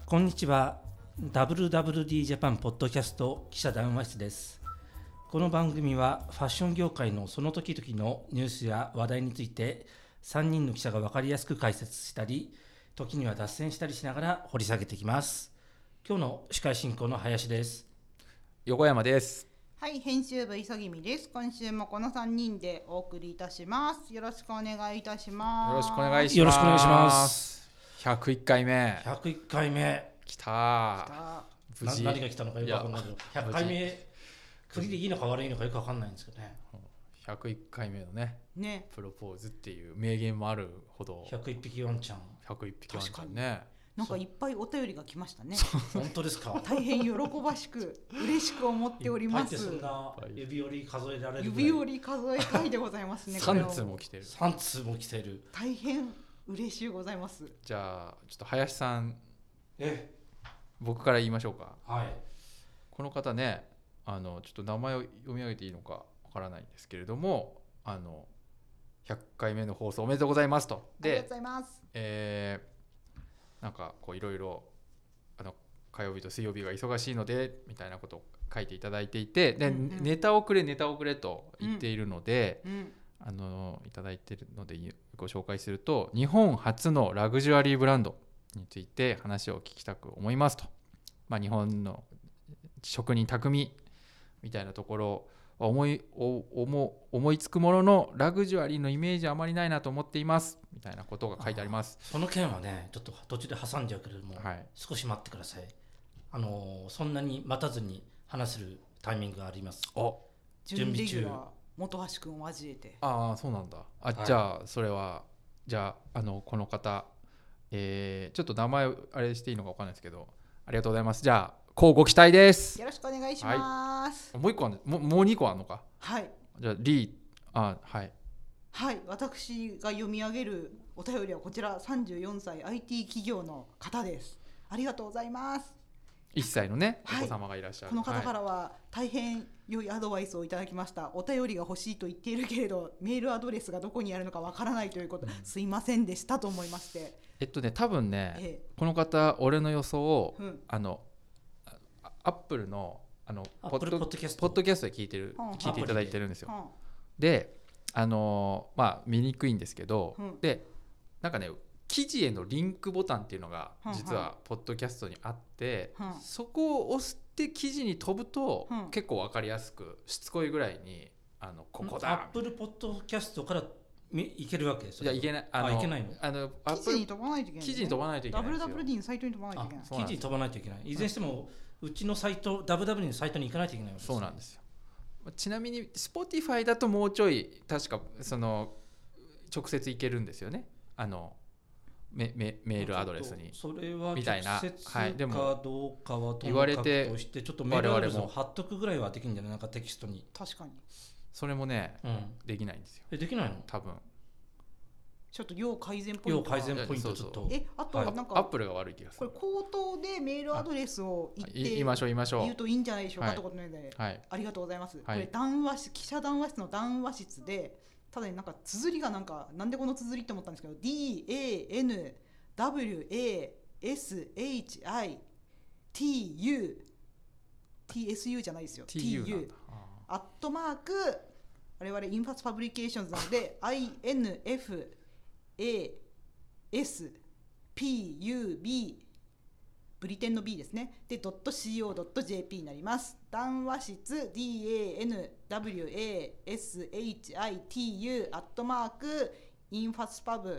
こんにちは。 WWD ジャパンポッドキャスト記者談話室です。この番組はファッション業界のその時々のニュースや話題について3人の記者が分かりやすく解説したり、時には脱線したりしながら掘り下げていきます。今日の司会進行の林です。 横山です。 はい、編集部磯君です。今週もこの3人でお送りいたします。よろしくお願いいたします。 よろしくお願いします。 よろしくお願いします。 101回目。 101回目。 来た。無事。 何が来たのかよく分かんないけど、100回目次でいいのか悪いのかよく分かんないんですけどね。 101回目のね、プロポーズっていう名言もあるほど。 101匹ワンちゃん。 101匹ワンちゃんね。 なんかいっぱいお便りが来ましたね。 本当ですか。 大変喜ばしく嬉しく思っております。 そんな指折り数えられる。 指折り数えたいでございますね。 3通も来てる。 3通も来てる。 大変嬉しゅうございます。 じゃあちょっと林さん、僕から言いましょうか。 はい。 この方ね、ちょっと名前を読み上げていいのかわからないんですけれども、100回目の放送おめでとうございますと。 で、ありがとうございます。 なんかこういろいろ火曜日と水曜日が忙しいのでみたいなことを書いていただいていて、で、ネタをくれと言っているので、いただいているのでご紹介すると、日本初のラグジュアリーブランドについて話を聞きたく思いますと。日本の職人匠みたいなところ思いつくもののラグジュアリーのイメージはあまりないなと思っていますみたいなことが書いてあります。 その件はね、ちょっと途中で挟んじゃうけれども、少し待ってください。そんなに待たずに話せるタイミングがあります。 準備中。本橋君を交えて。 そうなんだ。じゃあそれはこの方、ちょっと名前あれしていいのか分かんないですけど、ありがとうございます。じゃあこうご期待です。 よろしくお願いします。 もう1個もう2個あるのか。 はい。 じゃあはい、 私が読み上げるお便りはこちら、34歳 IT 企業の方です。ありがとうございます。 1歳のね、お子様がいらっしゃる。 この方からは大変良いアドバイスをいただきました。お便りが欲しいと言っているけれどメールアドレスがどこにあるのかわからないということ、すいませんでしたと思いまして、 多分ね、この方俺の予想を、アップルのポッドキャストで聞いていただいてるんですよ。で、見にくいんですけど、でなんかね、記事へのリンクボタンっていうのが実はポッドキャストにあって、そこを押して記事に飛ぶと、結構分かりやすくしつこいぐらいにここだ。 アップルポッドキャストからいけるわけです。 いや、いけない。 いけないの。 記事に飛ばないといけない。 記事に飛ばないといけない。 WWD のサイトに飛ばないといけない。 記事に飛ばないといけない。いずれにしてもうちのサイト WWD のサイトに行かないといけないわけです。 そうなんですよ。ちなみに Spotify だともうちょい確か直接行けるんですよね。メールアドレスに。 それはみたいな。 直接かどうかはと言われて、 として、ちょっとメールアドレスを貼っとくぐらいはできるんじゃない？なんかテキストに。 確かに。 それもね、できないんですよ。 できないの？ 多分。 ちょっと要改善ポイント。 ちょっと。 あとなんかアップルが悪い気がする。 これ口頭でメールアドレスを言いましょう。 言うといいんじゃないでしょうかということで、ありがとうございます。これ記者談話室の談話室で、ただになんか綴りがなんでこの綴りって思ったんですけど、DANWASHITU じゃないですよ。TU アットマーク、我々インファスパブリケーションズなのでINFASPUB ブリテンの B ですね。で、.co.jp になります。談話室 DANWASHITU アットマークインファスパブ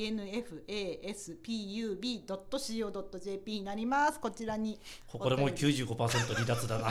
INFASPUB.co.jp になります。こちらに。 これも 95% 離脱だな。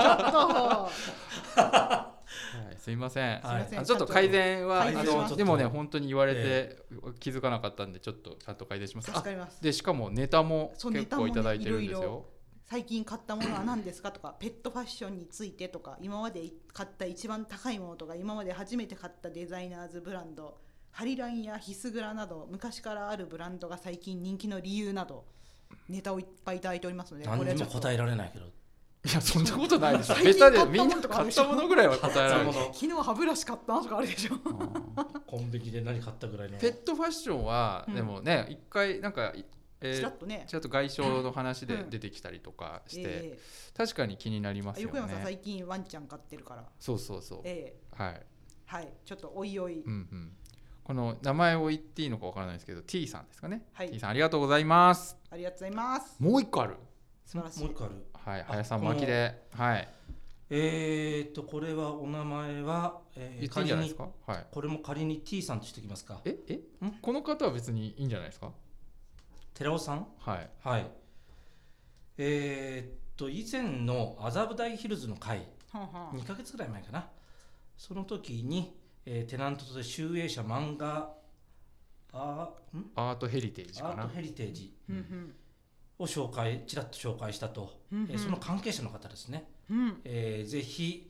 すいません。ちょっと改善はでもね、本当に言われて気づかなかったんで、ちょっとちゃんと改善します。で、しかもネタも結構いただいてるんですよ。 最近買ったものは何ですかとか、ペットファッションについてとか、今まで買った一番高いものとか、今まで初めて買ったデザイナーズブランド、ハリランやヒスグラなど昔からあるブランドが最近人気の理由などネタをいっぱいいただいておりますので、 何にも答えられないけど。 いや、そんなことないでしょ。ベタでみんな買ったものぐらいは答えられる。 昨日歯ブラシ買ったとかあるでしょ。 コンビニで何買ったぐらいの。 ペットファッションは、でもね、一回なんかちらっとね、 ちょっと外傷の話で出てきたりとかして、確かに気になりますよね。 横山さん最近ワンちゃん飼ってるから。 そうそうそう、はいはい、ちょっとおいおい、 この名前を言っていいのかわからないですけど T さんですかね、 はい、 T さんありがとうございます。 ありがとうございます。 もう一個ある。 素晴らしい。 もう一個ある。 はい、林さん巻きで、はい。 これはお名前は、 言っていいんじゃないですか。はい。 これも仮に T さんとしておきますか。 この方は別にいいんじゃないですか。 寺尾さん。 はいはい。以前の麻布台ヒルズの会、2ヶ月ぐらい前かな。その時に、テナントとして集英社漫画アートヘリテージかな。 アートヘリテージをちらっと紹介したと、その関係者の方ですね、ぜひ、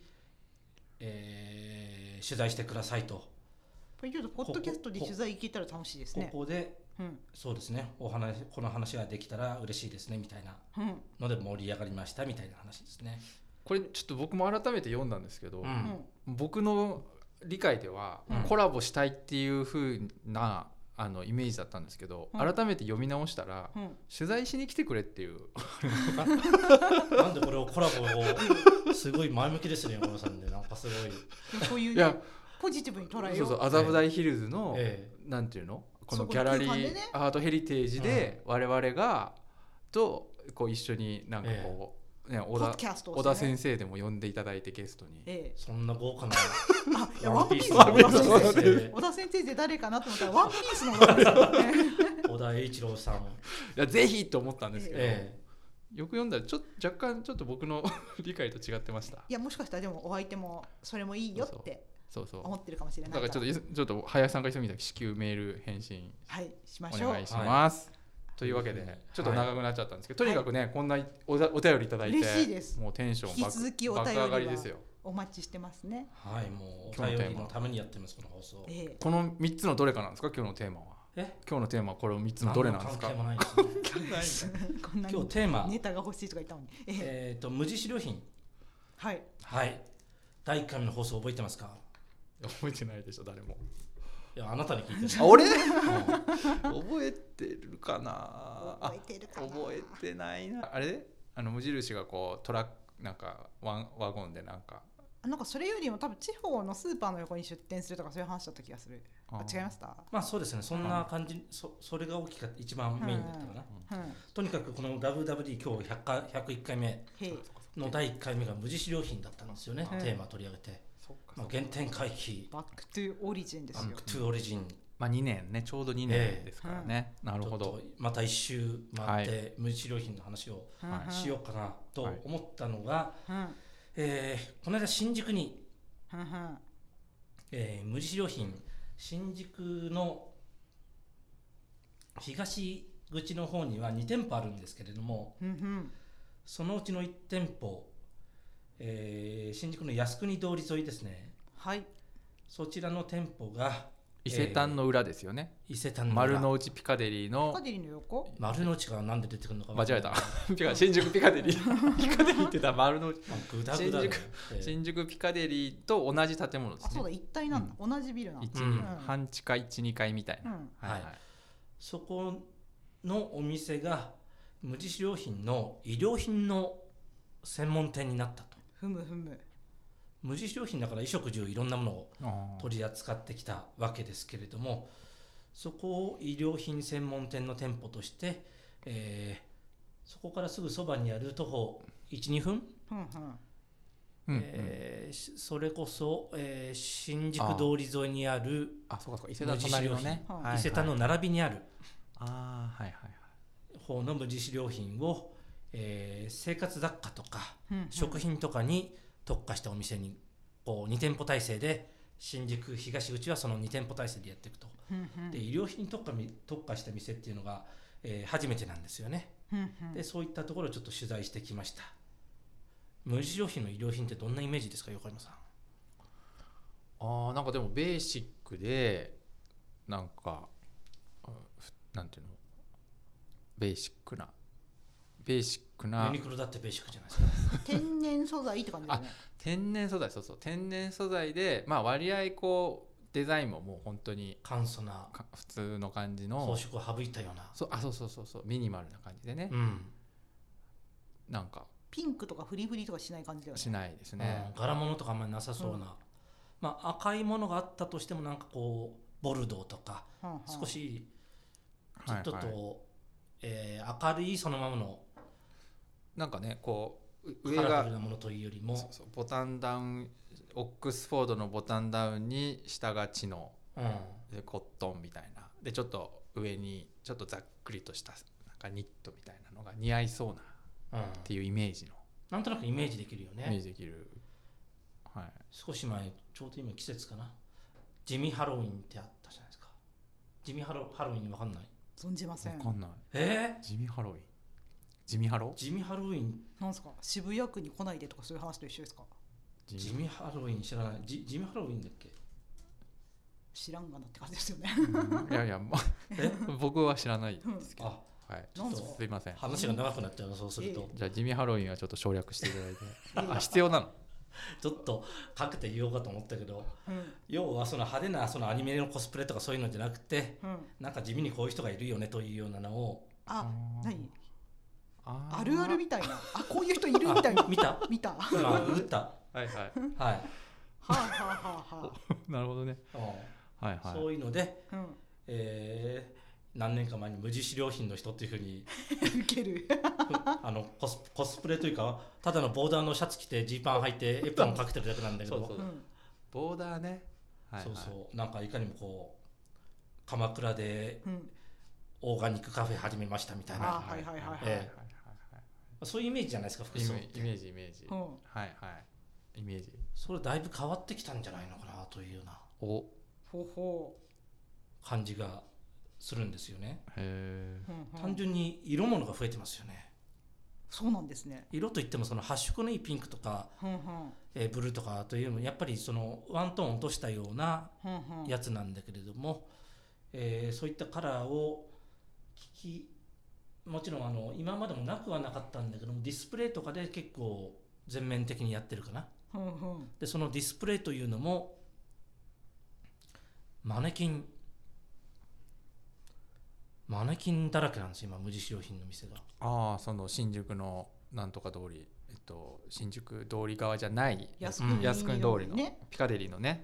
取材してくださいと。 これちょっとポッドキャストで取材行けたら楽しいですね。 ここで、そうですね、この話ができたら嬉しいですねみたいなので盛り上がりましたみたいな話ですね。 これちょっと僕も改めて読んだんですけど、僕の理解では、コラボしたいっていう風なイメージだったんですけど、改めて読み直したら、取材しに来てくれっていうなんでこれをコラボをすごい前向きですね横野さんで、なんかすごいこういうね、ポジティブに捉えよう。 そう麻布台ヒルズの、なんていうの、このギャラリーアートヘリテージで我々がとこう一緒になんかこう、小田先生でも呼んでいただいてゲストに、 そんな豪華なワンピースの小田先生で誰かなと思ったらワンピースの小田ですよね。 小田栄一郎さん、いやぜひと思ったんですけど、よく読んだら若干ちょっと僕の理解と違ってました。 いやもしかしたらでもお相手もそれもいいよって思ってるかもしれない。 だからちょっと林さんが急ぎた至急メール返信しましょう。 お願いします。というわけでちょっと長くなっちゃったんですけど、とにかくね、こんなお便りいただいて嬉しいです。 もうテンション引き続きお便り爆上がりですよ。 お待ちしてますね。 はい、もうお便りのためにやってますこの放送。 この3つのどれかなんですか今日のテーマは。今日のテーマはこれ3つのどれなんですか。 関係もないですね。今日テーマネタが欲しいとか言ったのに。 無印良品。 はい第1回目の放送覚えてますか。 覚えてないでしょ誰も。 いやあなたに聞いてる。 俺覚えてるかな。 覚えてないな。あれ無印がこうトラックなんかワゴンでなんかそれよりも多分地方のスーパーの横に出店するとかそういう話だった気がする。違いました。 まあそうですね、そんな感じ。それが大きかった、一番メインだったかな。とにかくこの WWD 今日101回目の第1回目が無印良品だったんですよね。テーマ取り上げて、原点回帰、 バックトゥオリジンですよ。 バックトゥオリジン、 2年ね、ちょうど2年ですからね。なるほど。 また一周回って無印良品の話をしようかなと思ったのが、この間新宿に無印良品新宿の東口の方には2店舗あるんですけれども、そのうちの1店舗、新宿の靖国通り沿いですね。そちらの店舗が伊勢丹の裏ですよね。 伊勢丹の丸の内ピカデリーの横。 丸の内がなんで出てくるのか間違えた。新宿ピカデリーピカデリーってた丸の内。新宿ピカデリーと同じ建物ですね。 そうだ、一体なんだ。同じビルなんだ。 半地下 1,2 階みたいな。 そこのお店が無印良品の衣料品の専門店になったと。無印良品だから衣食住いろんなものを取り扱ってきたわけですけれども、そこを衣料品専門店の店舗として、そこからすぐそばにある徒歩 1,2 分、それこそ、新宿通り沿いにある伊勢丹のね、 伊勢丹の並びにある方の無印良品を、生活雑貨とか、食品とかに特化したお店にこう2店舗体制で、新宿東口はその2店舗体制でやっていくと。で衣料品に特化した店っていうのが、初めてなんですよね。でそういったところをちょっと取材してきました。無印良品の衣料品ってどんなイメージですか横山さん。 なんかでもベーシックでなんかなんていうの、ベーシックなユニクロだってベーシックじゃないですか。 天然素材って感じだよね。 天然素材、そう天然素材で、割合こうデザインももう本当に簡素な普通の感じの装飾を省いたような、 そうミニマルな感じでね、なんかピンクとかフリフリとかしない感じだよね。 しないですね、 柄物とかあんまりなさそうな、まあ、赤いものがあったとしてもなんかこうボルドーとか、少しちょっと明るいそのままのなんかねこう上がカラフルなものというよりも、 そうボタンダウン、オックスフォードのボタンダウンに下がチノ、でコットンみたいなでちょっと上にちょっとざっくりとしたなんかニットみたいなのが似合いそうなっていうイメージの、 なんとなくイメージできるよね。 イメージできる、はい、 少し前ちょうど今季節かな、ジミーハロウィンってあったじゃないですか。ジミーハロウィンわかんない？ 存じません。 わかんない。ジミーハロウィン、ジミハロウィンなんですか？渋谷区に来ないでとかそういう話と一緒ですか？ ジミーハロウィン知らない。ジミーハロウィンだっけ？ 知らんがなって感じですよね。 いやいや、ま、僕は知らないですけど、はい、 ちょっとすいません。 話が長くなっちゃうの、そうすると。 じゃあジミーハロウィンはちょっと省略していただいて。あ、必要なの？ ちょっとかけて言おうかと思ったけど、要はその派手なそのアニメのコスプレとかそういうのじゃなくて、なんか地味にこういう人がいるよねというようなのを、 何？あるあるみたいな、こういう人いるみたいな。 見た？ 見た。 打った。 はいはい。 はい。 なるほどね。はいはい。 そういうので、何年か前に無印良品の人っていうふうに受けるコスプレというか、ただのボーダーのシャツ着てジーパン履いてエプロンかけてるだけなんだけど、 ボーダーね、 そうそうなんかいかにもこう鎌倉でオーガニックカフェ始めましたみたいな、そういうイメージじゃないですか、服装って。 イメージ、はいはいイメージ。 それだいぶ変わってきたんじゃないのかなというような感じがするんですよね。単純に色物が増えてますよね。 そうなんですね。 色といってもその発色のいいピンクとか、ブルーとかというのもやっぱりそのワントーン落としたようなやつなんだけれども、そういったカラーをもちろん今までもなくはなかったんだけども、ディスプレイとかで結構全面的にやってるかな。でそのディスプレイというのもマネキンだらけなんですよ今、無印良品の店が。 その新宿のなんとか通り、新宿通り側じゃない靖国通りのピカデリーのね、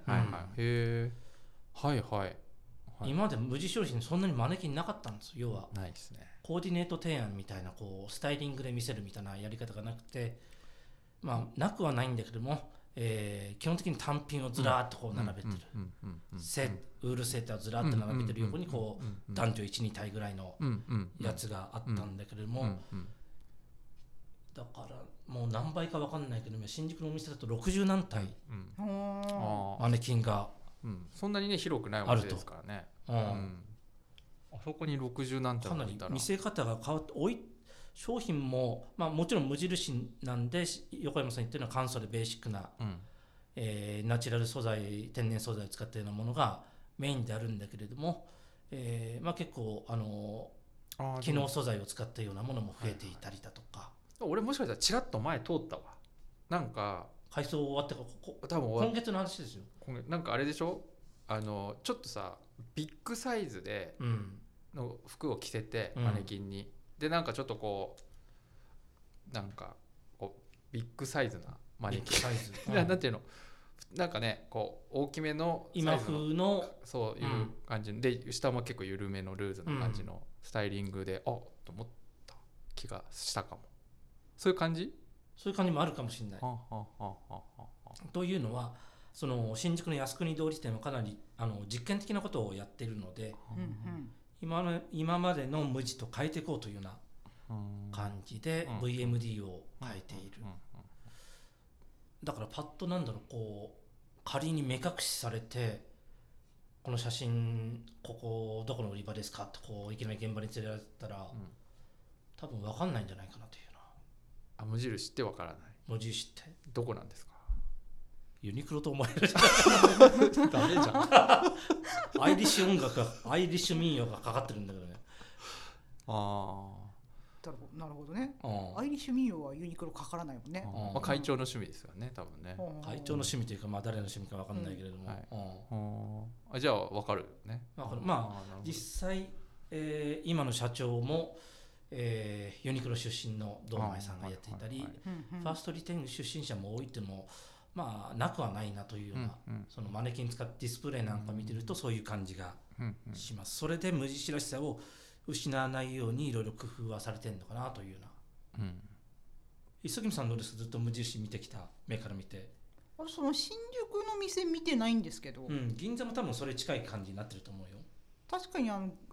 はいはい。 今まで無印良品そんなにマネキンなかったんですよ。要はないですね。 コーディネート提案みたいなこうスタイリングで見せるみたいなやり方がなくて、まあなくはないんだけども、基本的に単品をずらーっとこう並べてる、ウールセーターをずらーっと並べてる横にこう男女 1,2 体ぐらいのやつがあったんだけれども、だからもう何倍か分かんないけど新宿のお店だと60何体マネキンがそんなにね広くないお店ですからね。あそこに60何体かなり見せ方が変わって商品も、もちろん無印なんで横山さん言ってるのは簡素でベーシックな、ナチュラル素材天然素材を使ったようなものがメインであるんだけれども、結構機能素材を使ったようなものも増えていたりだとか、 俺もしかしたらチラッと前通ったわ。なんか改装終わって多分今月の話ですよ。 なんかあれでしょ、ちょっとさビッグサイズでの服を着せて、マネキンにでなんかちょっとこうなんかこうビッグサイズなマネキンなんていうの、なんかねこう大きめの今風のそういう感じで、下も結構緩めのルーズな感じのスタイリングで、と思った気がしたかも。そういう感じもあるかもしれない。というのはその新宿の靖国通り店はかなり実験的なことをやっているので、今までの無地と変えていこうというような感じで VMD を変えている。だからパッとこう仮に目隠しされてこの写真ここどこの売り場ですかってこういきなり現場に連れられたら、多分分かんないんじゃないかなというな。 無印って分からない。 無印ってどこなんですか？ ユニクロと思えるじゃないダメじゃんアイリッシュ音楽がアイリッシュ民謡がかかってるんだけどね。 なるほどね。 うんアイリッシュ民謡はユニクロかからないもんね。 まあ、会長の趣味ですよね多分ね。 会長の趣味というか、まあ、誰の趣味か分かんないけれども、 あじゃあ分かるね。 まあ実際、今の社長も、ユニクロ出身の堂前さんがやっていたり、ファーストリテイリング出身者も多いっていうのもまあなくはないなというような、そのマネキン使ってディスプレイなんか見てるとそういう感じがします。それで無印らしさを失わないようにいろいろ工夫はされてるのかなというような。磯君さんどうですか、ずっと無印見てきた目から見て。 その新宿の店見てないんですけど、 銀座も多分それ近い感じになってると思うよ。 確かに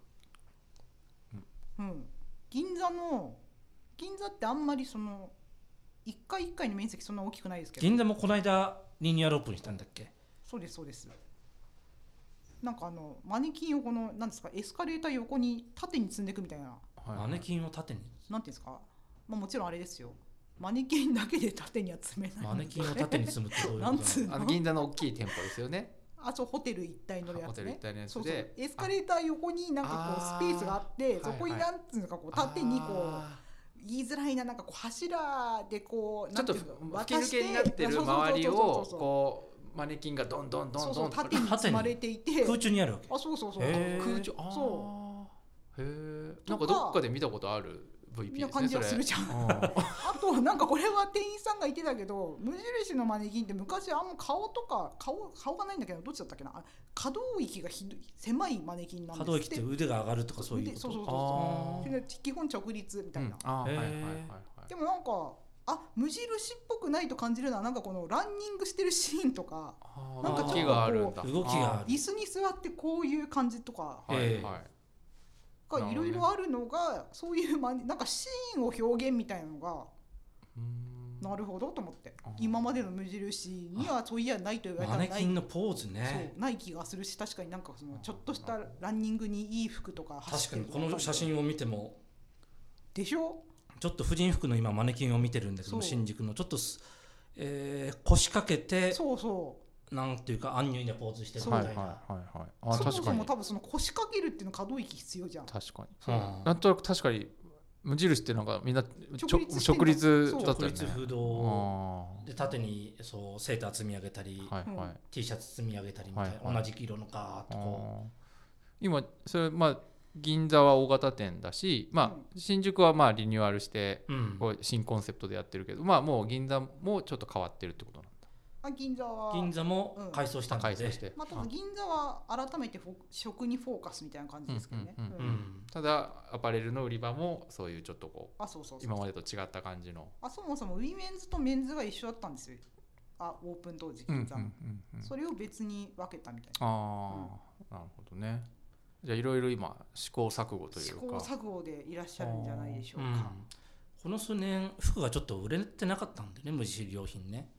銀座ってあんまりその1階1階の面積そんな大きくないですけど、 銀座もこの間リニューアルオープンしたんだっけ。 そうですなんかマネキンをこのなんですかエスカレーター横に縦に積んでいくみたいな、 マネキンを縦になんていうんですか、まあ、もちろんあれですよ、マネキンだけで縦には積めない。 マネキンを縦に積むってどういうことなんつうの、 銀座の大きい店舗ですよね。 そうホテル一体のやつね。 ホテル一体のやつで、 そうエスカレーター横になんかこうスペースがあって、そこになんつうのかこう縦にこう言いづらいな、なんかこう柱でこうちょっと吹き抜けになってる周りをこうマネキンがどんどん縦に積まれていて空中にあるわけ。 空中へえ、なんかどっかで見たことある VP ですね。 感じはするじゃんあとなんかこれは店員さんが言ってたけど、無印のマネキンって昔あんま顔がないんだけど、どっちだったっけな、可動域が狭いマネキンなんですって。 可動域って腕が上がるとかそういうこと。 そう基本直立みたいな。でもなんか無印っぽくないと感じるのはなんかこのランニングしてるシーンとか、なんかちょっとこう動きがある。 椅子に座ってこういう感じとかがいろいろあるのが、そういうなんかシーンを表現みたいなのがなるほどと思って、今までの無印にはそういやないと言われたらない、 マネキンのポーズね、 そうない気がするし、確かになんかそのちょっとしたランニングにいい服とか走ってる、確かにこの写真を見てもでしょ。 ちょっと婦人服の今マネキンを見てるんだけど、新宿のちょっと、腰掛けてなんていうかアンニュイなポーズしてるみたいな。 そもそも多分その腰掛けるっていうの可動域必要じゃん。 確かに、なんとなく確かに無印ってなんかみんな直立だったよね。 直立不動で縦にそうセーター積み上げたり、T シャツ積み上げたりみたいな、同じ色のガーッとこう。 今それ銀座は大型店だし、新宿はリニューアルしてこう新コンセプトでやってるけど、もう銀座もちょっと変わってるってことなんだ。 銀座も改装したんで、 改装して、 ただ銀座は改めて食にフォーカスみたいな感じですけどね。 ただアパレルの売り場もそういうちょっとこうそう今までと違った感じの、 そもそもウィメンズとメンズが一緒だったんですよ、オープン当時銀座も。それを別に分けたみたいな。 なるほどね。じゃあいろいろ今試行錯誤というか、 試行錯誤でいらっしゃるんじゃないでしょうか。 この数年服がちょっと売れてなかったんでね、無印良品ね。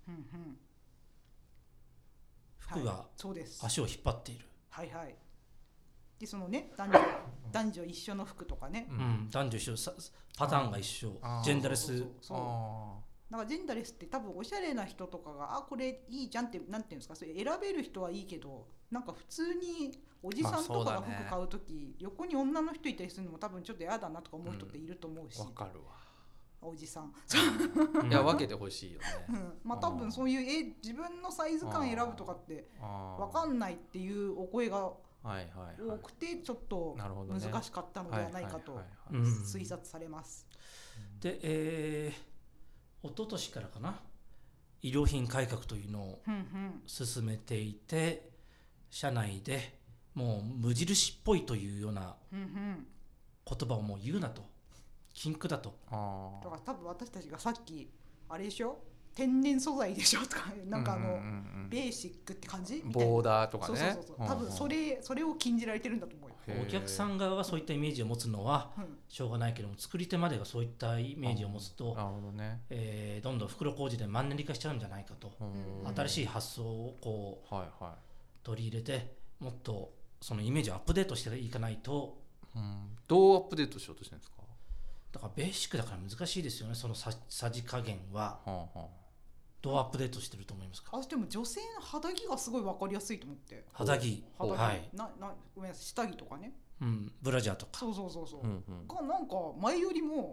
服が足を引っ張っている。でそのね、男女一緒の服とかね、男女一緒、パターンが一緒、ジェンダーレス。 なんかジェンダーレスって多分おしゃれな人とかがこれいいじゃんってなんていうんですか、それ選べる人はいいけど、なんか普通におじさんとかが服買うとき、横に女の人いたりするのも多分ちょっと嫌だなとか思う人っていると思うし。 わかるわ。 おじさんいや分けてほしいよね。 多分そういう自分のサイズ感選ぶとかって分かんないっていうお声が多くて、ちょっと難しかったのではないかと推察されます。 で、一昨年からかな、衣料品改革というのを進めていて、社内でもう無印っぽいというような言葉をもう言うなと、禁句だと。 だから多分私たちがさっきあれでしょ、天然素材でしょとか、なんかベーシックって感じみたいな、 ボーダーとかね。 多分それを禁じられてるんだと思うよ。 お客さん側がそういったイメージを持つのはしょうがないけども、作り手までがそういったイメージを持つと、どんどん袋小路でマンネリ化しちゃうんじゃないかと。新しい発想をこう取り入れて、もっとそのイメージをアップデートしていかないと。 どうアップデートしようとしてるんですか。 だからベーシックだから難しいですよね。そのさじ加減はどうアップデートしてると思いますか。 でも女性の肌着がすごい分かりやすいと思って。 肌着、 ごめんなさい、下着とかね、 ブラジャーとか、 がなんか前よりも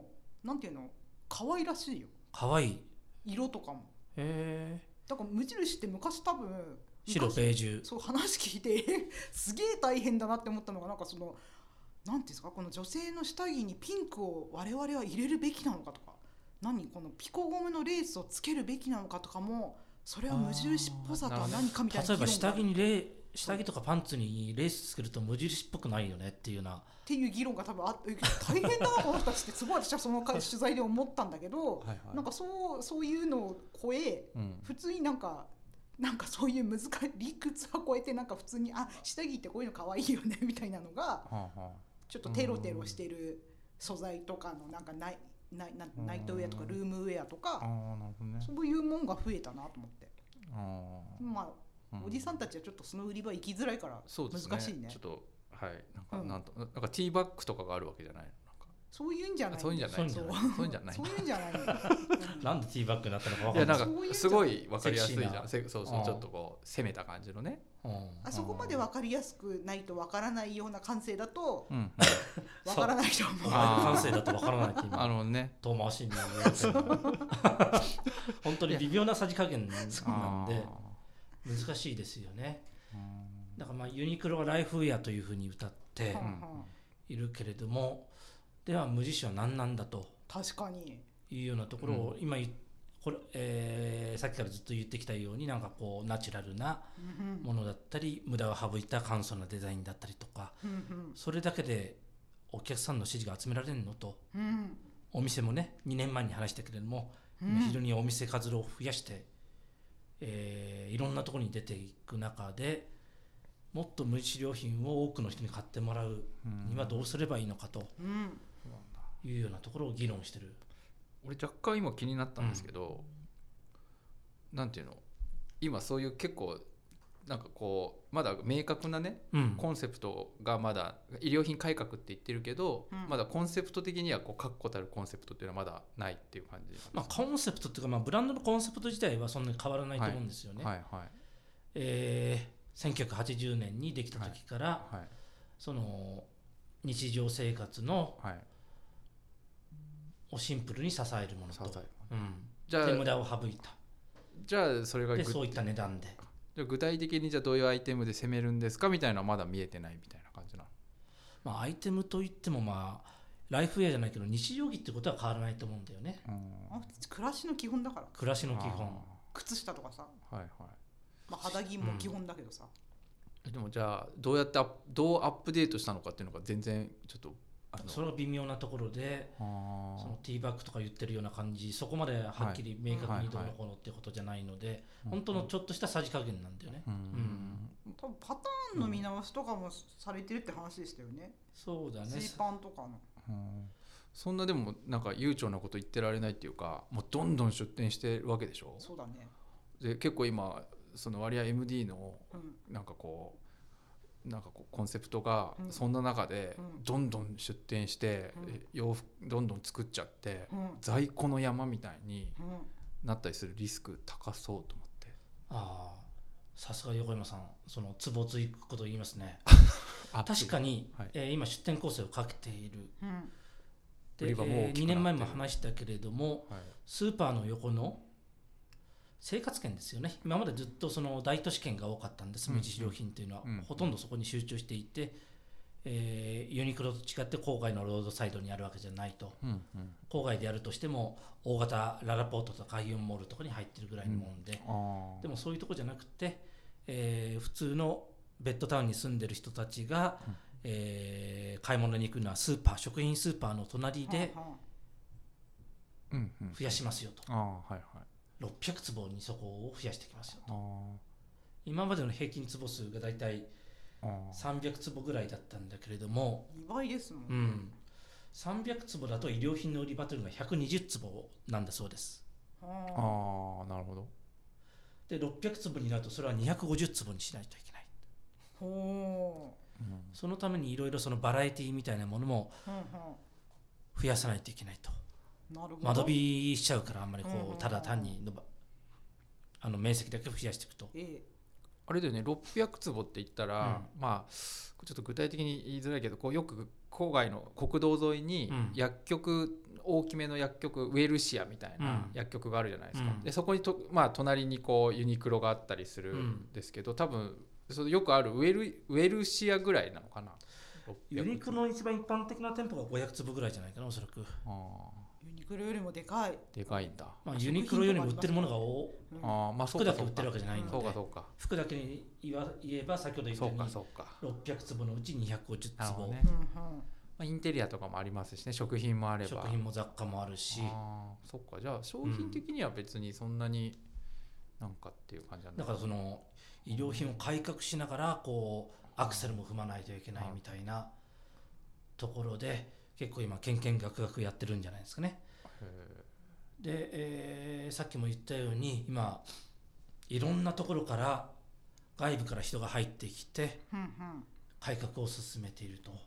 なんていうの、可愛らしいよ、 かわいい。 色とかも。 へえ。 だから無印って昔多分白ベージュ。 そう話聞いてすげえ大変だなって思ったのが、なんかそのなんていうんですか、この女性の下着にピンクを我々は入れるべきなのかとか、このピコゴムのレースをつけるべきなのかとかも、それは無印っぽさとは何かみたいな例えば下着に議下着とかパンツにレースつけると無印っぽくないよねっていうなっていう議論が多分あって、大変だなこの人たちってすごい私はその取材で思ったんだけど、 はいはい、 なんかそういうのを超え、普通になんかそういう難しい理屈は超えて、なんか普通に下着ってこういうの可愛いよねみたいなのが、ちょっとテロテロしてる素材とかのなんかナイトウェアとかルームウェアとか、そういうもんが増えたなと思って。まあおじさんたちはちょっとその売り場行きづらいから難しいね。 ちょっとはい、なんかティーバッグとかがあるわけじゃないの。 そういうんじゃない。 そういうんじゃない。 そういうんじゃない。 なんでティーバッグになったのか分かんない。いやなんかすごい分かりやすいじゃん。そうちょっとこう攻めた感じのね。 あそこまで分かりやすくないと分からないような感性だと分からないと思う。 感性だと分からないって今ね、 遠回しに言われてる本当に微妙なさじ加減なんで難しいですよね。だからまあユニクロはライフウェアというふうに歌っているけれども、では無印は何なんだと確かにいうようなところを今これ、さっきからずっと言ってきたように、なんかこうナチュラルなものだったり、無駄を省いた簡素なデザインだったりとか、それだけでお客さんの支持が集められるのと、お店もね2年前に話したけれども、非常にお店数を増やして、いろんなところに出ていく中で、もっと無印良品を多くの人に買ってもらうにはどうすればいいのかというようなところを議論してる。 俺若干今気になったんですけど、なんていうの、今そういう結構なんかこうまだ明確なね、コンセプトがまだ衣料品改革って言ってるけど、まだコンセプト的にはこう確固たるコンセプトっていうのはまだないっていう感じなんですね。 コンセプトっていうか、ブランドのコンセプト自体はそんなに変わらないと思うんですよね。1980年にできた時から、その日常生活のをシンプルに支えるものと、じゃあ無駄を省いた、 じゃあそれがそういった値段で、 じゃあ具体的にじゃあどういうアイテムで攻めるんですかみたいなのはまだ見えてないみたいな感じなの。 アイテムといってもライフウェアじゃないけど日常着ってことは変わらないと思うんだよね。 暮らしの基本だから。 暮らしの基本、 靴下とかさ、肌着も基本だけどさ、 でもじゃあどうアップデートしたのかっていうのが全然ちょっとそれは微妙なところで、そのティーバッグとか言ってるような感じ、そこまではっきり明確にどうのこうのってことじゃないので、本当のちょっとしたさじ加減なんだよね。 多分パターンの見直しとかもされてるって話でしたよね。 そうだね。 ジーパンとかの。 そんなでもなんか悠長なこと言ってられないっていうか、もうどんどん出店してるわけでしょ。 そうだね。 で結構今その割合 MD のなんかこうコンセプトがそんな中でどんどん出店して洋服どんどん作っちゃって在庫の山みたいになったりするリスク高そうと思って。 さすが横山さん、そのツボついくこと言いますね確かに、今出店構成をかけている、で、2年前も話したけれども、スーパーの横の生活圏ですよね。今までずっとその大都市圏が多かったんです。無印良品というのは、ほとんどそこに集中していて、ユニクロと違って郊外のロードサイドにあるわけじゃないと、郊外でやるとしても大型ララポートとかイオンモールとかに入ってるぐらいのもんで、でもそういうとこじゃなくて、普通のベッドタウンに住んでる人たちが、買い物に行くのはスーパー、食品スーパーの隣で増やしますよと、600坪にそこを増やしてきますよと。今までの平均坪数がだいたい300坪ぐらいだったんだけれども、 2倍ですもん、 300坪だと衣料品の売り場というのが120坪なんだそうです。 なるほど。 で600坪になるとそれは250坪にしないといけない。そのためにいろいろそのバラエティみたいなものも増やさないといけないと。間延びしちゃうから、あんまりこうただ単に面積だけ増やしていくと、 あれだよね、600坪って言ったら、 ちょっと具体的に言いづらいけど、こうよく郊外の国道沿いに薬局、大きめの薬局、ウェルシアみたいな薬局があるじゃないですか、でそこに隣にこうユニクロがあったりするんですけど、多分そのよくあるウェルシアぐらいなのかな。 ユニクロの一番一般的な店舗が500坪ぐらいじゃないかな、おそらく。 ユニクロよりもでかい。 でかいんだ。 ユニクロよりも売ってるものが多い。服だけ売ってるわけじゃないので、服だけに言えば先ほど言ったように600坪のうち250坪、 インテリアとかもありますしね、食品もあれば、 食品も雑貨もあるし。 そっか、じゃあ商品的には別にそんなになんかっていう感じなんだから、その医療品を改革しながらこうアクセルも踏まないといけないみたいなところで、結構今けんけんがくがくやってるんじゃないですかね。で、さっきも言ったように今いろんなところから外部から人が入ってきて改革を進めていると。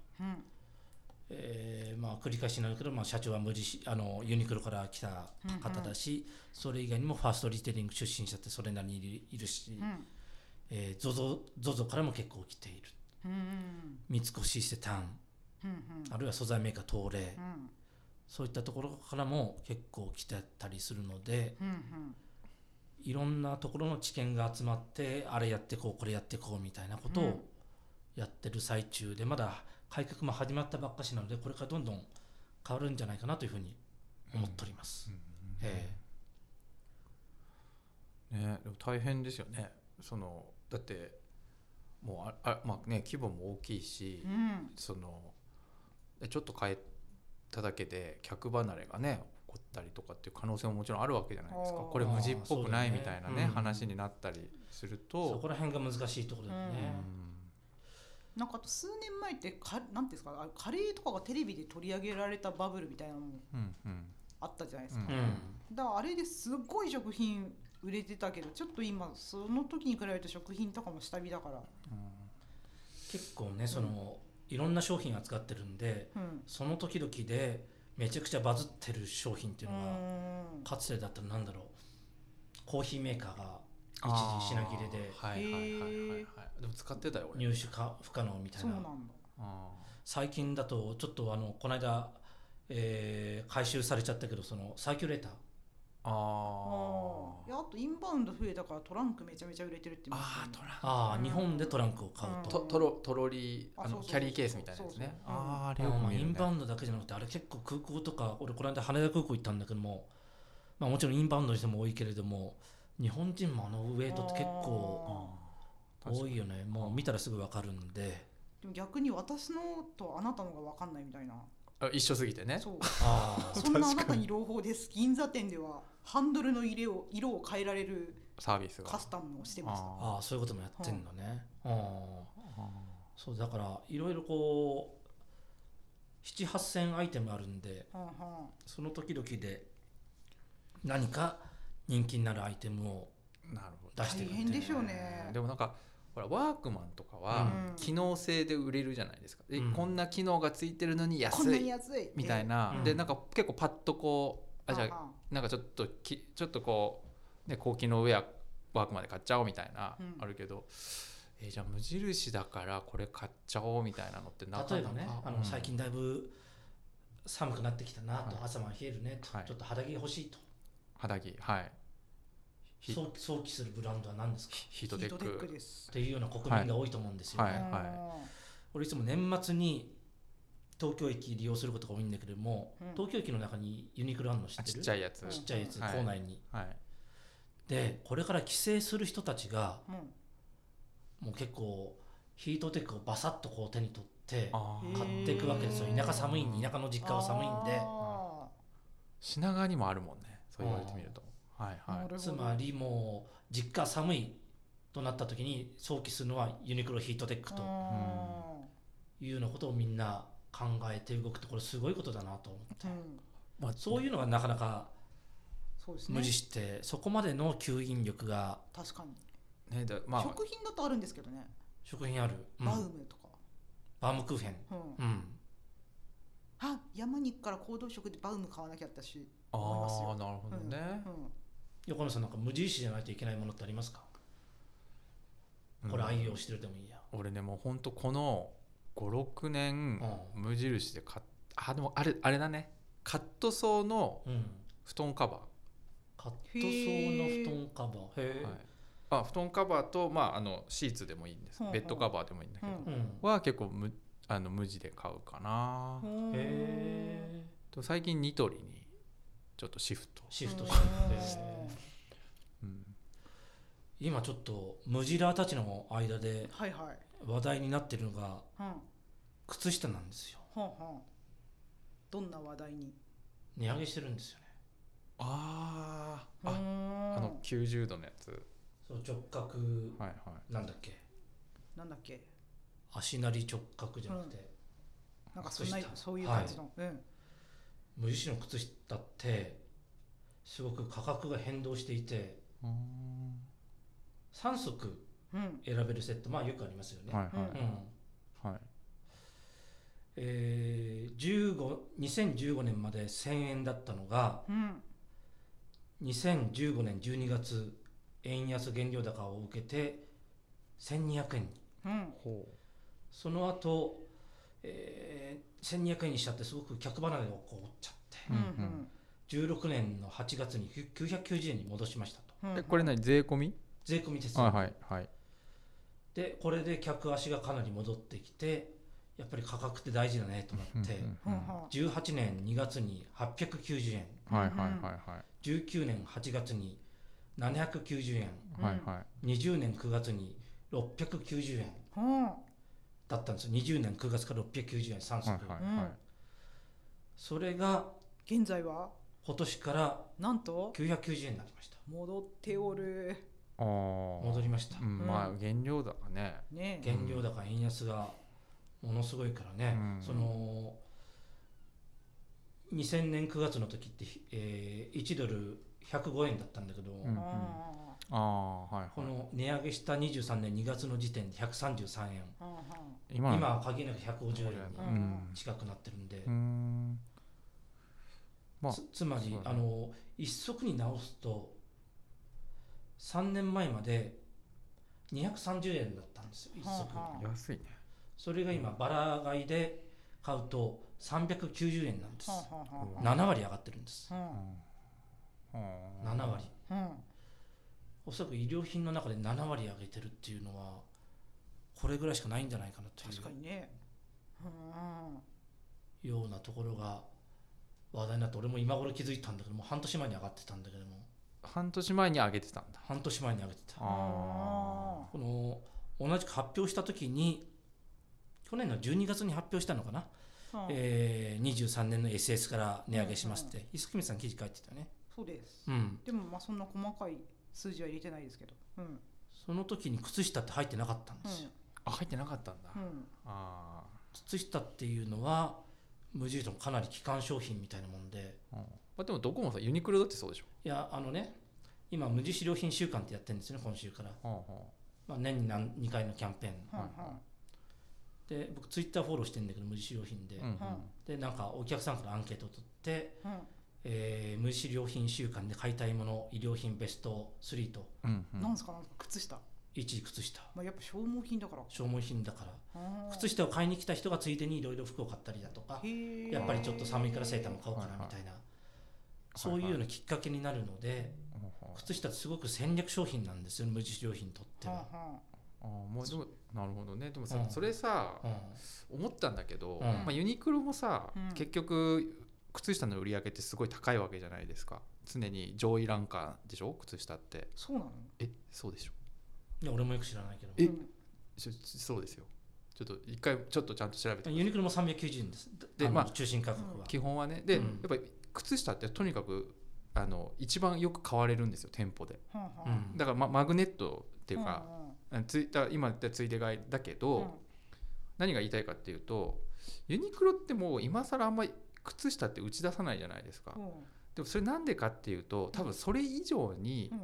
繰り返しになるけど、社長はユニクロから来た方だし、それ以外にもファーストリテイリング出身者ってそれなりにいるし、ZOZO からも結構来ている、三越伊勢丹、あるいは素材メーカー東レ、そういったところからも結構来てたりするので、いろんなところの知見が集まって、あれやってこうこれやってこうみたいなことをやってる最中で、まだ改革も始まったばっかしなので、これからどんどん変わるんじゃないかなというふうに思っております。 でも大変ですよね。だってもう規模も大きいし、ちょっと変えただけで客離れがね起こったりとかっていう可能性ももちろんあるわけじゃないですか。これ無地っぽくないみたいな話になったりすると、 そこら辺が難しいところだよね。 なんか数年前ってなんですか、カレーとかがテレビで取り上げられたバブルみたいなのもあったじゃないですか。だからあれですごい食品売れてたけど、ちょっと今その時に比べると食品とかも下火だから、 結構ね、いろんな商品扱ってるんで、その時々でめちゃくちゃバズってる商品っていうのが、かつてだったらなんだろう、コーヒーメーカーが一時品切れで、 でも使ってたよ入手不可能みたいな。 そうなんだ。 最近だとちょっとこの間、回収されちゃったけど、そのサーキュレーター、 あとインバウンド増えたからトランクめちゃめちゃ売れてるって言いますね。 日本でトランクを買うと、 トロリー、キャリーケースみたいなやつね。 インバウンドだけじゃなくて、あれ結構空港とか、俺この間羽田空港行ったんだけども、もちろんインバウンドの人も多いけれども、日本人もウエイトって結構多いよね。もう見たらすぐ分かるんで。 でも逆に私のとあなたのが分かんないみたいな。 一緒すぎてね。 そんなあなたに朗報です。銀座店ではハンドルの色を変えられるサービスがカスタムをしてました。 そういうこともやってんのね。そうだからいろいろこう 7,8,000 アイテムあるんで、その時々で何か人気になるアイテムを出してる。 大変でしょうね。 でもなんかほらワークマンとかは機能性で売れるじゃないですか。こんな機能がついてるのに安いみたいな。でなんか結構パッとこうじゃあなんかちょっとこうね、高機能ウェアワークマンで買っちゃおうみたいなあるけど、じゃあ無印だからこれ買っちゃおうみたいなのってなかなか。 例えばね、最近だいぶ寒くなってきたなと、朝晩冷えるねと、ちょっと肌着欲しいと。 肌着、 想起するブランドは何ですか？ ヒートテックですっていうような国民が多いと思うんですよね。俺いつも年末に東京駅利用することが多いんだけれども、東京駅の中にユニクロあるの知ってる？ ちっちゃいやつ、 構内に。でこれから帰省する人たちが、もう結構ヒートテックをバサッとこう手に取って買っていくわけですよ。田舎寒いんで、田舎の実家は寒いんで。 品川にもあるもんね、そう言われてみると。 つまりもう実家寒いとなった時に想起するのはユニクロヒートテックというようなことをみんな考えて動くと、これすごいことだなと思って、そういうのがなかなか無理して、そこまでの吸引力が確かに、 食品だとあるんですけどね。 食品ある、 バウムとかバウムクーヘン、 山に行くから行動食でバウム買わなきゃったし思いますよ。 なるほどね。 横野さん、なんか無印じゃないといけないものってありますか？これ愛用してるでもいいや。 俺ね、もうほんとこの 56年うん無印で買っでもあれだね、カットソーのうん、 布団カバカットソーの布団カバー。へー、はい、布団カバーと、シーツでもいいんです、 ほうほうベッドカバーでもいいんだけど、 うんえ、うん、 は結構無地で買うかな。 へと最近ニトリにちょっとシフト、 シフトしてる。へうん今ちょっとムジラーたちの間ではいはい。 話題になってるのがうん。 靴下なんですよ。 はんはん。どんな話題に？ 値上げしてるんですよね。 あ 90度のやつ、 そう直角はいはい、 なんだっけ、 なんだっけ。 足なり直角じゃなくて、 なんかそんな靴下そういう感じの。うん。 無印の靴下ってすごく価格が変動していて、3足うん。 選べるセット、よくありますよね。 はいはいうんはい、 2015年まで1000円だったのがうん。 2015年12月円安原料高を受けて1200円に、 うん。 ほその後、1200円にしちゃってすごく客離れが起こっちゃってうん。 16年の8月に990円に戻しましたと。 うん。 これ何、税込み？ 税込みです、 はいはいはい、 でこれで客足がかなり戻ってきて、やっぱり価格って大事だねと思って18年2月に890円、 はいはいはいはい 19年8月に790円、 はいはい、 20年9月に690円うん。 だったんですよ。20年9月から690円3足、 はいはいはい、 それが現在は今年からなんと 990円になりました。 戻っておる。 戻りました、 原料だからね、 ね。 原料高円安がものすごいからね、その2000年9月の時って、1ドル105円だったんだけど、 はいはい、 この値上げした23年2月の時点で133円、 今は限りなく150円に近くなってるんで、つまり、一足に直すと3年前まで230円だったんですよ、一足。 安いね。 それが今バラ買いで買うと390円なんです。7割上がってるんです。7割、おそらく衣料品の中で7割上げてるっていうのはこれぐらいしかないんじゃないかなという、 確かにね、 ようなところが話題になって、俺も今頃気づいたんだけども、半年前に上がってたんだけども、 半年前に上げてたんだ。 半年前に上げてた。この同じく発表した時に去年の12月に発表したのかな、23年の SS から値上げしますって、磯君さん記事書いてたね。 そうです、 うん、 でもそんな細かい数字は入れてないですけど、 その時に靴下って入ってなかったんですよ、 入ってなかったんだ、 靴下っていうのは無印のかなり基幹商品みたいなもんで、 でもどこもさ、ユニクロだってそうでしょ。 いや今無印良品週間ってやってるんですよね、今週から、年に2回のキャンペーン、で僕ツイッターフォローしてるんだけど無印良品で、でなんかお客さんからアンケートを取って、無印良品週間で買いたいもの衣料品ベスト3と、 なんですか、靴下、 1位靴下、 やっぱ消耗品だから、 消耗品だから靴下を買いに来た人がついでにいろいろ服を買ったりだとか、やっぱりちょっと寒いからセーターも買おうかなみたいな、そういうようなきっかけになるので、靴下ってすごく戦略商品なんですよ、無印良品にとっては。 もうでもなるほどね。でもさ、それさ、思ったんだけど、ユニクロもさ、結局靴下の売り上げってすごい高いわけじゃないですか。常に上位ランカーでしょ、靴下って。 そうなの？ そうでしょ。 いや俺もよく知らないけど。 そうですよ。ちょっと一回ちょっとちゃんと調べて。 ユニクロも390円です。で中心価格は。 基本はね。で、やっぱり靴下ってとにかく一番よく買われるんですよ、店舗で。だからマグネットっていうか、今言ったついで買いだけど、何が言いたいかっていうと、ユニクロってもう今更あんまり靴下って打ち出さないじゃないですか。でもそれなんでかっていうと、多分それ以上に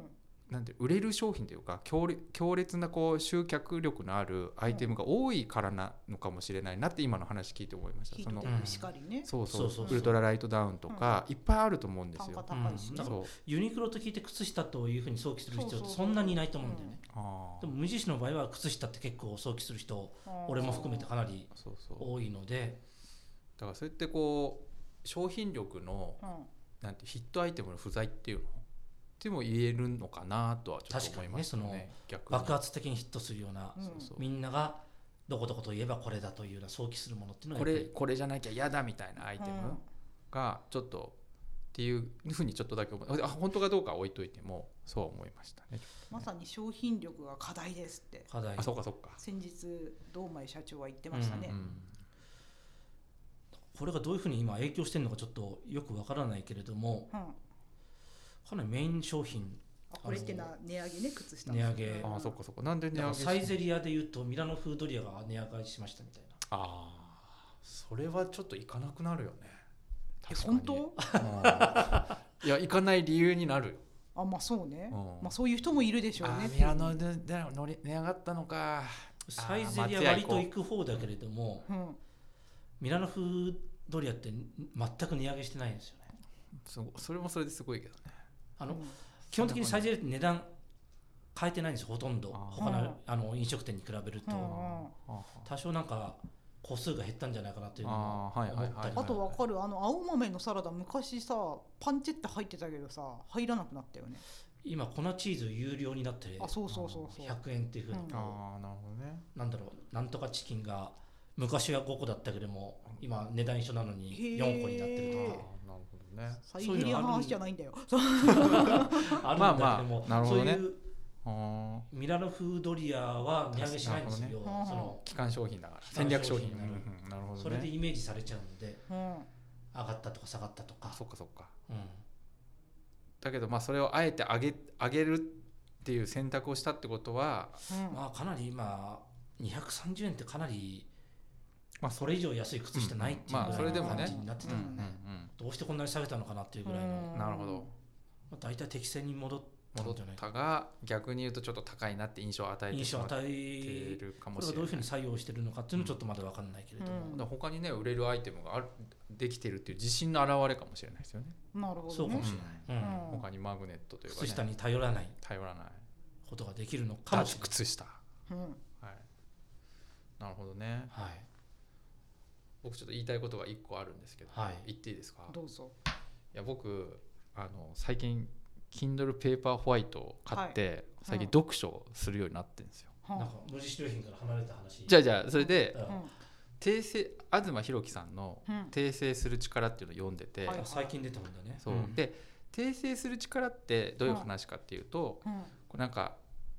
なんて売れる商品というか強烈なこう集客力のあるアイテムが多いからなのかもしれないなって今の話聞いて思いました。 ヒートテックしかりね、 そうそうそうウルトラライトダウンとかいっぱいあると思うんですよ。 単価高いしね、 そうユニクロと聞いて靴下というふうに想起する人ってそうそうそんなにいないと思うんだよね。 あでも無印の場合は靴下って結構想起する人、俺も含めてかなりそう多いので、 だからそうやってこう商品力のなんてヒットアイテムの不在っていうのでも言えるのかなとはちょっと思いましたね。逆に爆発的にヒットするような、 そうみんながどこどこといえばこれだというような想起するものっていうのはやっぱりこれじゃなきゃ嫌だみたいなアイテムがちょっとっていうふうにちょっとだけ思う。本当かどうかは置いといてもそう思いましたね。 まさに商品力が課題ですって課題。 そうか先日堂前社長は言ってましたね、 これがどういうふうに今影響してるのかちょっとよくわからないけれども、かなりメイン商品、 これって値上げね、靴下値上げ、 そうかなんで値上げサイゼリヤでいうとミラノフードリアが値上がりしましたみたいな。 それはちょっと行かなくなるよね。 本当？ いや行かない理由になるよ。 まあそうね、まあそういう人もいるでしょうね。 ミラノで値上がったのか。 サイゼリヤ割と行く方だけれども、ミラノフードリアって全く値上げしてないんですよね。 それもそれですごいけどね。 基本的にサイゼリヤって値段変えてないんですよ、ほとんど。他の飲食店に比べると、多少なんか個数が減ったんじゃないかなというのを思ったり。 あと分かる、青豆のサラダ昔さパンチェッタ入ってたけどさ入らなくなったよね。 今粉チーズ有料になってそう 100円っていうふうに、 なるほどね。 なんだろう、なんとかチキンが昔は5個だったけども今値段一緒なのに4個になってるとか。 なるほどね。 サイゼリヤの話じゃないんだよ。 あるんだけども、 なるほどね。 そういうミラノフードリアは値上げしないんですよ。その基幹商品だから戦略商品。なるほどね。 それでイメージされちゃうので、上がったとか下がったとか。 そっか。だけどそれをあえて上げるっていう選択をしたってことは、 かなり今230円ってかなりそれ以上安い靴下ないっていうぐらいの感じになってたので、どうしてこんなに下げたのかなっていうぐらいの。 なるほど。 だいたい適正に戻ったが逆に言うとちょっと高いなって印象を与えてしまっているかもしれない。 これがどういうふうに作用してるのかっていうのはちょっとまだ分かんないけれども、 他にね売れるアイテムができてるっていう自信の表れかもしれないですよね。 なるほどね。 そうかもしれない。 他にマグネットというか、 靴下に頼らないことができるのかもしれない。 靴下。なるほどね。僕ちょっと言いたいことが1個あるんですけど、言っていいですか？ どうぞ。 いや僕最近Kindle Paperwhite を買って最近読書をするようになってるんですよ。 なんか無印良品から離れた話。 じゃあそれで東博樹さんの訂正する力っていうのを読んでて、 最近出たもんだね。 そうで訂正する力ってどういう話かっていうと、なんか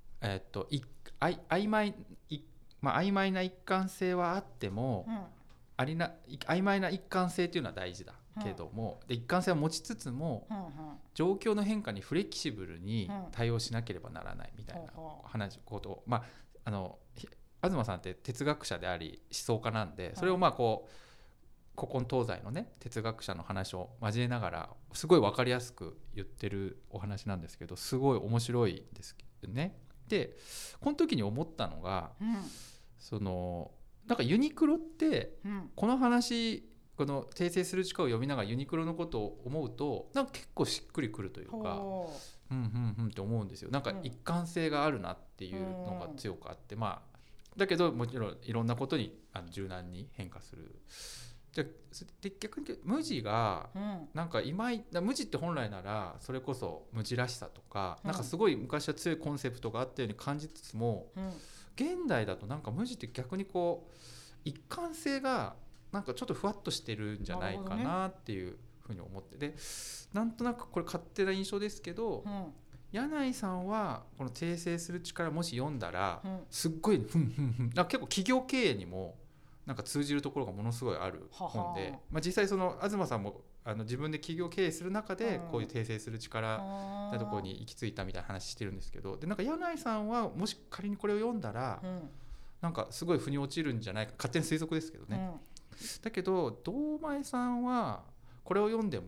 曖昧な一貫性はあっても、曖昧な一貫性っていうのは大事だけども、で一貫性を持ちつつも、状況の変化にフレキシブルに対応しなければならないみたいなことを、東さんって哲学者であり思想家なんで、それを古今東西のね哲学者の話を交えながらすごい分かりやすく言ってるお話なんですけど、すごい面白いんですけどね。でこの時に思ったのが、なんかユニクロって、この話この訂正する力を読みながらユニクロのことを思うとなんか結構しっくりくるというか、って思うんですよ。なんか一貫性があるなっていうのが強くあって、だけどもちろんいろんなことに柔軟に変化する。で逆に無地がなんか無地って本来ならそれこそ無地らしさとか、なんかすごい昔は強いコンセプトがあったように感じつつも、現代だとなんか無地って逆に一貫性がなんかちょっとふわっとしてるんじゃないかなっていうふうに思って、でなんとなくこれ勝手な印象ですけど、柳井さんはこの訂正する力もし読んだら、すっごいなんか結構企業経営にもなんか通じるところがものすごいある本で、実際東さんも自分で企業経営する中でこういう訂正する力なところに行き着いたみたいな話してるんですけど、でなんか柳井さんはもし仮にこれを読んだら、なんかすごい腑に落ちるんじゃないか、勝手に推測ですけどね、だけど堂前さんはこれを読んでも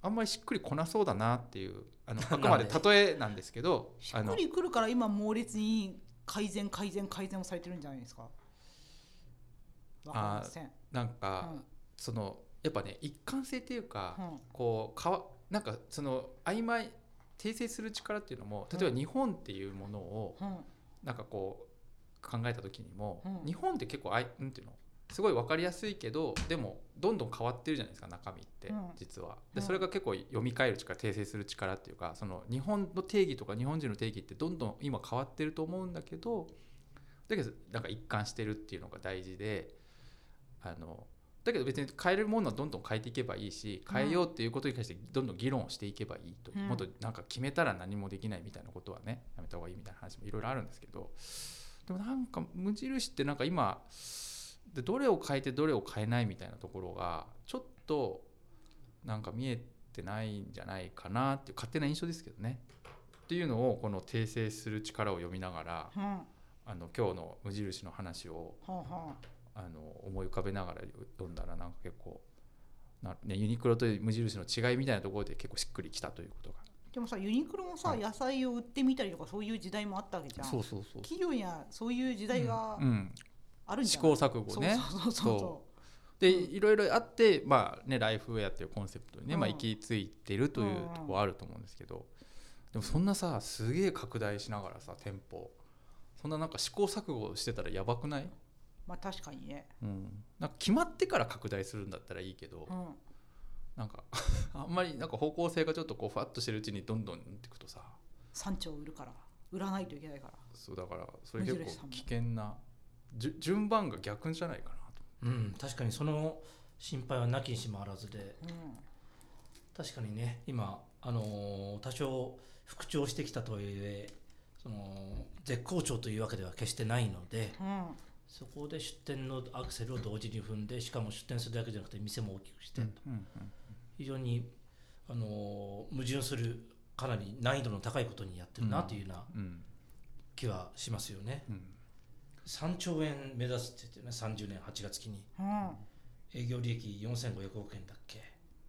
あんまりしっくりこなそうだなっていうあくまで例えなんですけどしっくりくるから今猛烈に改善をされてるんじゃないですか。わかりません。 なんか、そのやっぱね一貫性っていうか、こうなんかその曖昧訂正する力っていうのも、例えば日本っていうものをなんかこう考えた時にも、日本って結構なんていうのすごい分かりやすいけど、でもどんどん変わってるじゃないですか中身って、実は。でそれが結構読み替える力、訂正する力っていうか、その日本の定義とか日本人の定義ってどんどん今変わってると思うんだけど、だけどなんか一貫してるっていうのが大事で、だけど別に変えるものはどんどん変えていけばいいし、変えようっていうことに関してどんどん議論をしていけばいいと、もっとなんか決めたら何もできないみたいなことはねやめた方がいいみたいな話もいろいろあるんですけど、でもなんか無印ってなんか今でどれを変えてどれを変えないみたいなところがちょっとなんか見えてないんじゃないかなっていう勝手な印象ですけどね。っていうのをこの訂正する力を読みながら、今日の無印の話を思い浮かべながら読んだら、なんか結構ユニクロと無印の違いみたいなところで結構しっくりきたということが。 でもさ、ユニクロもさ、野菜を売ってみたりとかそういう時代もあったわけじゃん。企業にはそういう時代があるんじゃない？ 試行錯誤ね。でいろいろあって、ライフウェアっていうコンセプトにね、行き着いてるというところあると思うんですけど、でもそんなさすげえ拡大しながらさ店舗そんななんか試行錯誤してたらやばくない？ 確かにね、 なんか決まってから拡大するんだったらいいけど、なんかあんまりなんか方向性がちょっとこうふわっとしてるうちにどんどんっていくとさ、 産地を売るから売らないといけないから、 そうだからそれ結構危険な順番が逆じゃないかなと。 確かにその心配はなきにしもあらずで、確かにね今多少復調してきたとはいえその絶好調というわけでは決してないので、そこで出店のアクセルを同時に踏んで、しかも出店するだけじゃなくて店も大きくしてと、非常に矛盾するかなり難易度の高いことにやってるなというような気はしますよね。3兆円目指すって言ってね、30年8月期に、営業利益4500億円だっけ、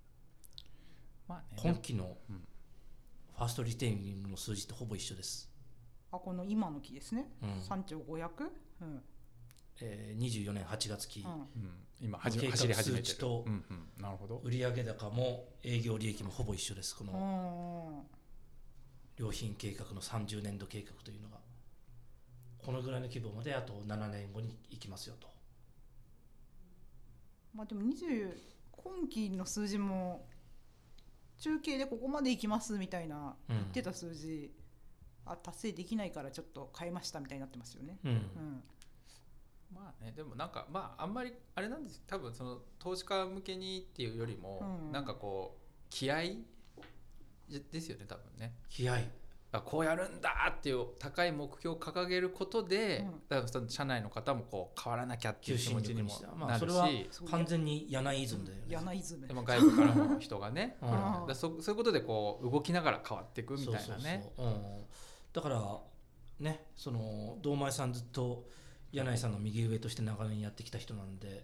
今期のファーストリテイリングの数字ってほぼ一緒です。 この今の期ですね、3兆500、 24年8月期、 今走り始めてる数値と売上高も営業利益もほぼ一緒です。この良品計画の30年度計画というのがこのぐらいの規模まであと7年後に行きますよと。 でも今期の数字も中継でここまで行きますみたいな言ってた数字、達成できないからちょっと変えましたみたいになってますよね。 でもなんかあんまりあれなんです。多分その投資家向けにっていうよりも、なんかこう気合ですよね多分ね。 気合、 こうやるんだっていう高い目標を掲げることで、だからその社内の方もこう変わらなきゃっていう気持ちにもなるし、 それは完全に柳イズムだよね。 柳イズム。 でも外部からの人がね、そういうことでこう動きながら変わっていくみたいなね。 だからね、その堂前さんずっと柳井さんの右上として長年やってきた人なんで、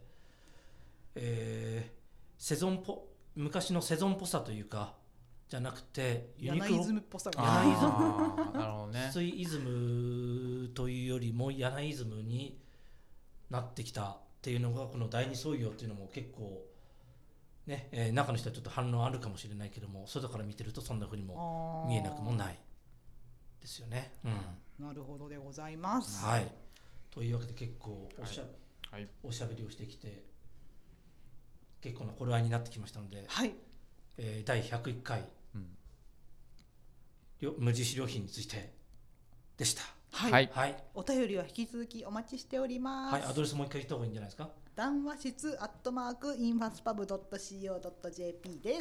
昔のセゾンっぽさというかじゃなくてユニクロ柳イズムっぽさが柳イズムなるほどね。 筒井イズムというよりも柳イズムになってきたっていうのがこの第二創業っていうのも結構ね、中の人はちょっと反論あるかもしれないけども、外から見てるとそんな風にも見えなくもないですよね。 なるほどでございます。 はい。というわけで結構おしゃべりをしてきて結構な頃合いになってきましたので、第101回、無印良品についてでした。 お便りは引き続きお待ちしております。 アドレスもう一回言った方がいいんじゃないですか。 談話室@infastpub.co.jp です。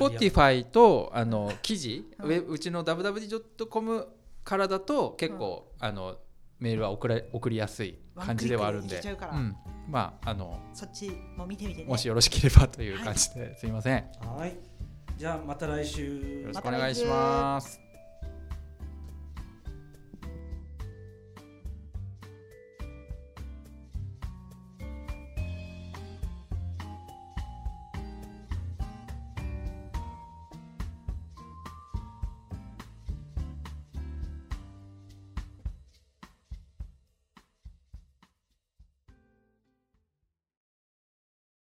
Spotify と記事、うちの www.com からだと結構メールは送りやすい感じではあるんで、 そっちも見てみてね、 もしよろしければという感じで、すいません。 じゃあまた来週よろしくお願いします。